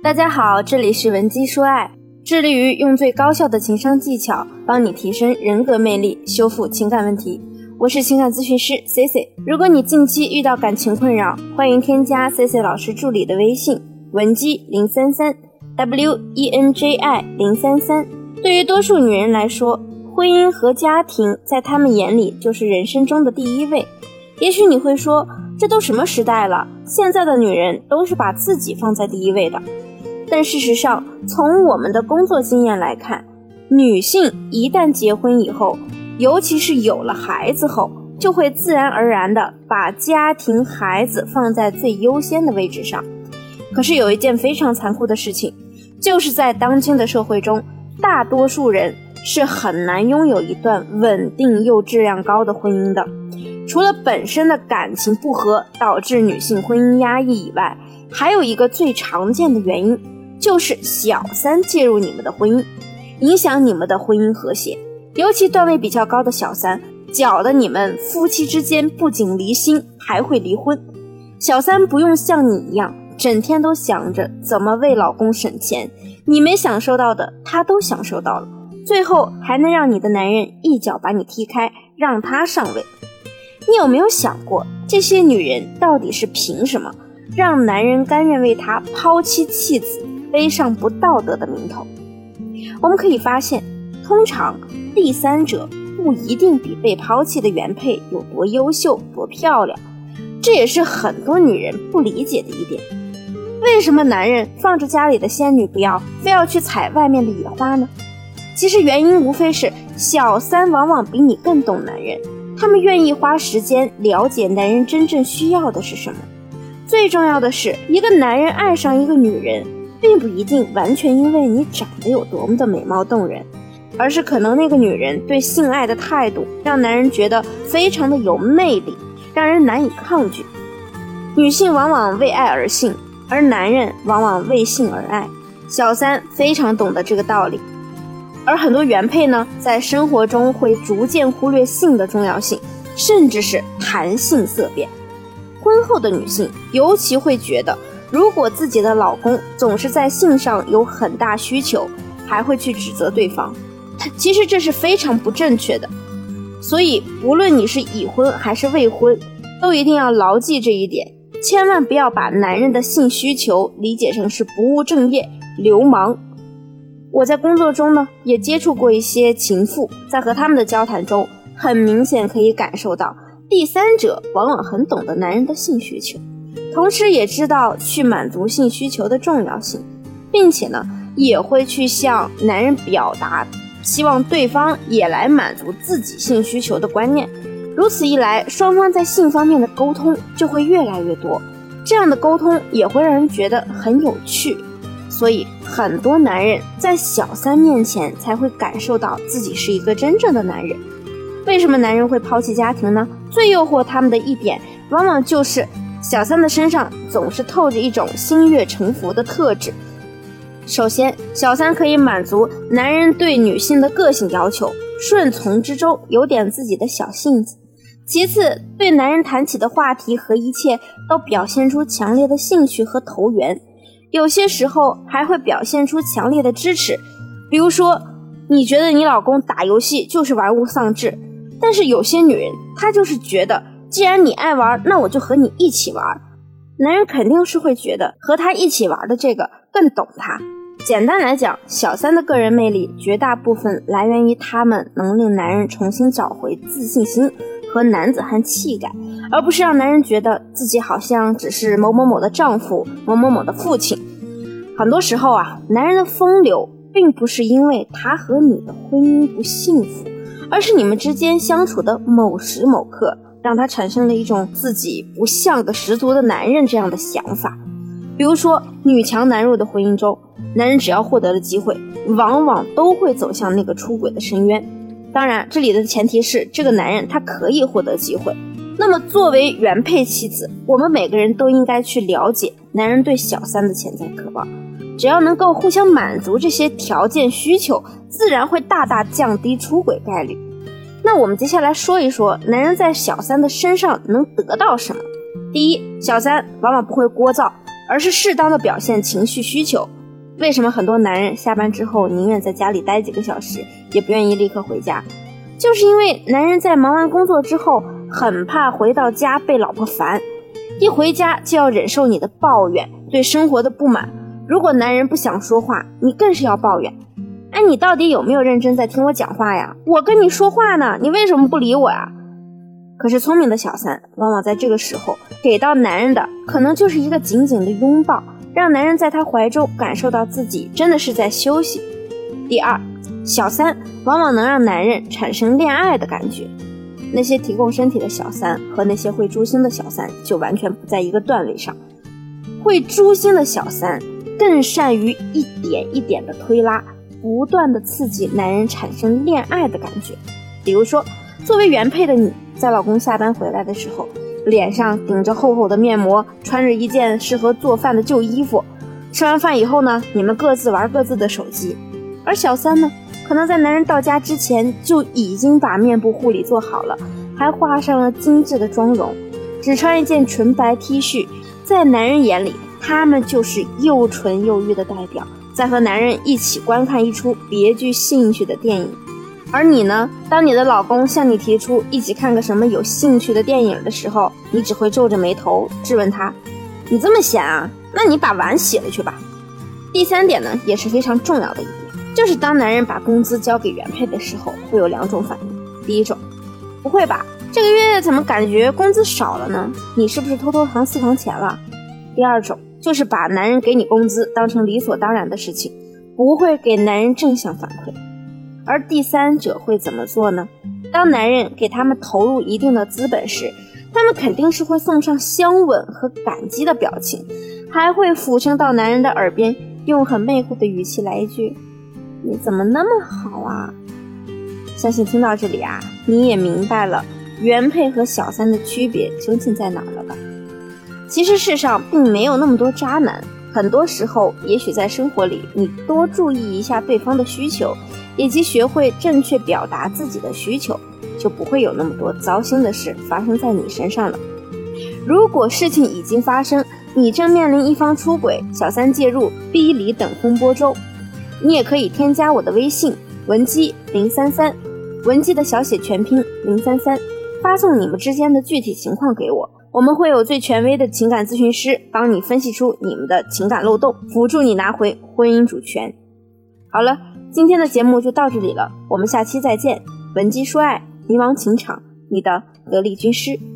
大家好，这里是文姬说爱，致力于用最高效的情商技巧帮你提升人格魅力，修复情感问题。我是情感咨询师 CC。 如果你近期遇到感情困扰，欢迎添加 CC 老师助理的微信文姬033 WENJI 033。对于多数女人来说，婚姻和家庭在她们眼里就是人生中的第一位。也许你会说，这都什么时代了，现在的女人都是把自己放在第一位的。但事实上，从我们的工作经验来看，女性一旦结婚以后，尤其是有了孩子后，就会自然而然地把家庭孩子放在最优先的位置上。可是有一件非常残酷的事情，就是在当今的社会中，大多数人是很难拥有一段稳定又质量高的婚姻的。除了本身的感情不和导致女性婚姻压抑以外，还有一个最常见的原因，就是小三介入你们的婚姻，影响你们的婚姻和谐。尤其段位比较高的小三，搅得你们夫妻之间不仅离心，还会离婚。小三不用像你一样整天都想着怎么为老公省钱，你没享受到的他都享受到了，最后还能让你的男人一脚把你踢开，让他上位。你有没有想过，这些女人到底是凭什么让男人甘愿为她抛妻弃子，背上不道德的名头？我们可以发现，通常第三者不一定比被抛弃的原配有多优秀多漂亮，这也是很多女人不理解的一点。为什么男人放着家里的仙女不要，非要去采外面的野花呢？其实原因无非是小三往往比你更懂男人，他们愿意花时间了解男人真正需要的是什么。最重要的是，一个男人爱上一个女人，并不一定完全因为你长得有多么的美貌动人，而是可能那个女人对性爱的态度让男人觉得非常的有魅力，让人难以抗拒。女性往往为爱而性，而男人往往为性而爱。小三非常懂得这个道理，而很多原配呢，在生活中会逐渐忽略性的重要性，甚至是谈性色变。婚后的女性尤其会觉得，如果自己的老公总是在性上有很大需求，还会去指责对方。其实这是非常不正确的。所以无论你是已婚还是未婚，都一定要牢记这一点，千万不要把男人的性需求理解成是不务正业、流氓。我在工作中呢，也接触过一些情妇，在和他们的交谈中，很明显可以感受到，第三者往往很懂得男人的性需求，同时也知道去满足性需求的重要性，并且呢，也会去向男人表达希望对方也来满足自己性需求的观念。如此一来，双方在性方面的沟通就会越来越多，这样的沟通也会让人觉得很有趣。所以很多男人在小三面前才会感受到自己是一个真正的男人。为什么男人会抛弃家庭呢？最诱惑他们的一点，往往就是小三的身上总是透着一种心悦诚服的特质。首先，小三可以满足男人对女性的个性要求，顺从之中有点自己的小性子。其次，对男人谈起的话题和一切都表现出强烈的兴趣和投缘，有些时候还会表现出强烈的支持。比如说，你觉得你老公打游戏就是玩物丧志，但是有些女人她就是觉得，既然你爱玩，那我就和你一起玩。男人肯定是会觉得和他一起玩的这个更懂他。简单来讲，小三的个人魅力绝大部分来源于他们能令男人重新找回自信心和男子汉气概，而不是让男人觉得自己好像只是某某某的丈夫、某某某的父亲。很多时候啊，男人的风流并不是因为他和你的婚姻不幸福，而是你们之间相处的某时某刻让他产生了一种自己不像个十足的男人这样的想法。比如说，女强男弱的婚姻中，男人只要获得了机会，往往都会走向那个出轨的深渊。当然，这里的前提是这个男人他可以获得机会。那么作为原配妻子，我们每个人都应该去了解男人对小三的潜在渴望，只要能够互相满足这些条件需求，自然会大大降低出轨概率。那我们接下来说一说男人在小三的身上能得到什么。第一，小三往往不会聒噪， 而是适当的表现情绪需求。为什么很多男人下班之后宁愿在家里待几个小时，也不愿意立刻回家？就是因为男人在忙完工作之后，很怕回到家被老婆烦，一回家就要忍受你的抱怨，对生活的不满。如果男人不想说话，你更是要抱怨，哎，你到底有没有认真在听我讲话呀？我跟你说话呢，你为什么不理我呀？可是聪明的小三往往在这个时候给到男人的可能就是一个紧紧的拥抱，让男人在他怀中感受到自己真的是在休息。第二，小三往往能让男人产生恋爱的感觉。那些提供身体的小三和那些会诛心的小三就完全不在一个段位上。会诛心的小三更善于一点一点的推拉，不断的刺激男人产生恋爱的感觉。比如说，作为原配的你，在老公下班回来的时候，脸上顶着厚厚的面膜，穿着一件适合做饭的旧衣服，吃完饭以后呢，你们各自玩各自的手机。而小三呢，可能在男人到家之前就已经把面部护理做好了，还画上了精致的妆容，只穿一件纯白 T 恤，在男人眼里，他们就是又纯又欲的代表，在和男人一起观看一出别具兴趣的电影。而你呢，当你的老公向你提出一起看个什么有兴趣的电影的时候，你只会皱着眉头质问他，你这么闲啊？那你把碗洗了去吧。第三点呢，也是非常重要的一点，就是当男人把工资交给原配的时候，会有两种反应。第一种，不会吧，这个月怎么感觉工资少了呢？你是不是偷偷藏私房钱了？第二种，就是把男人给你工资当成理所当然的事情，不会给男人正向反馈。而第三者会怎么做呢？当男人给他们投入一定的资本时，他们肯定是会送上香吻和感激的表情，还会俯身到男人的耳边，用很魅惑的语气来一句，你怎么那么好啊？相信听到这里啊，你也明白了原配和小三的区别究竟在哪儿了吧？其实世上并没有那么多渣男，很多时候也许在生活里你多注意一下对方的需求，以及学会正确表达自己的需求，就不会有那么多糟心的事发生在你身上了。如果事情已经发生，你正面临一方出轨、小三介入、逼离等风波中，你也可以添加我的微信文姬033，文姬的小写全拼033，发送你们之间的具体情况给我，我们会有最权威的情感咨询师帮你分析出你们的情感漏洞，辅助你拿回婚姻主权。好了，今天的节目就到这里了，我们下期再见。文姬说爱，迷茫情场，你的得力军师。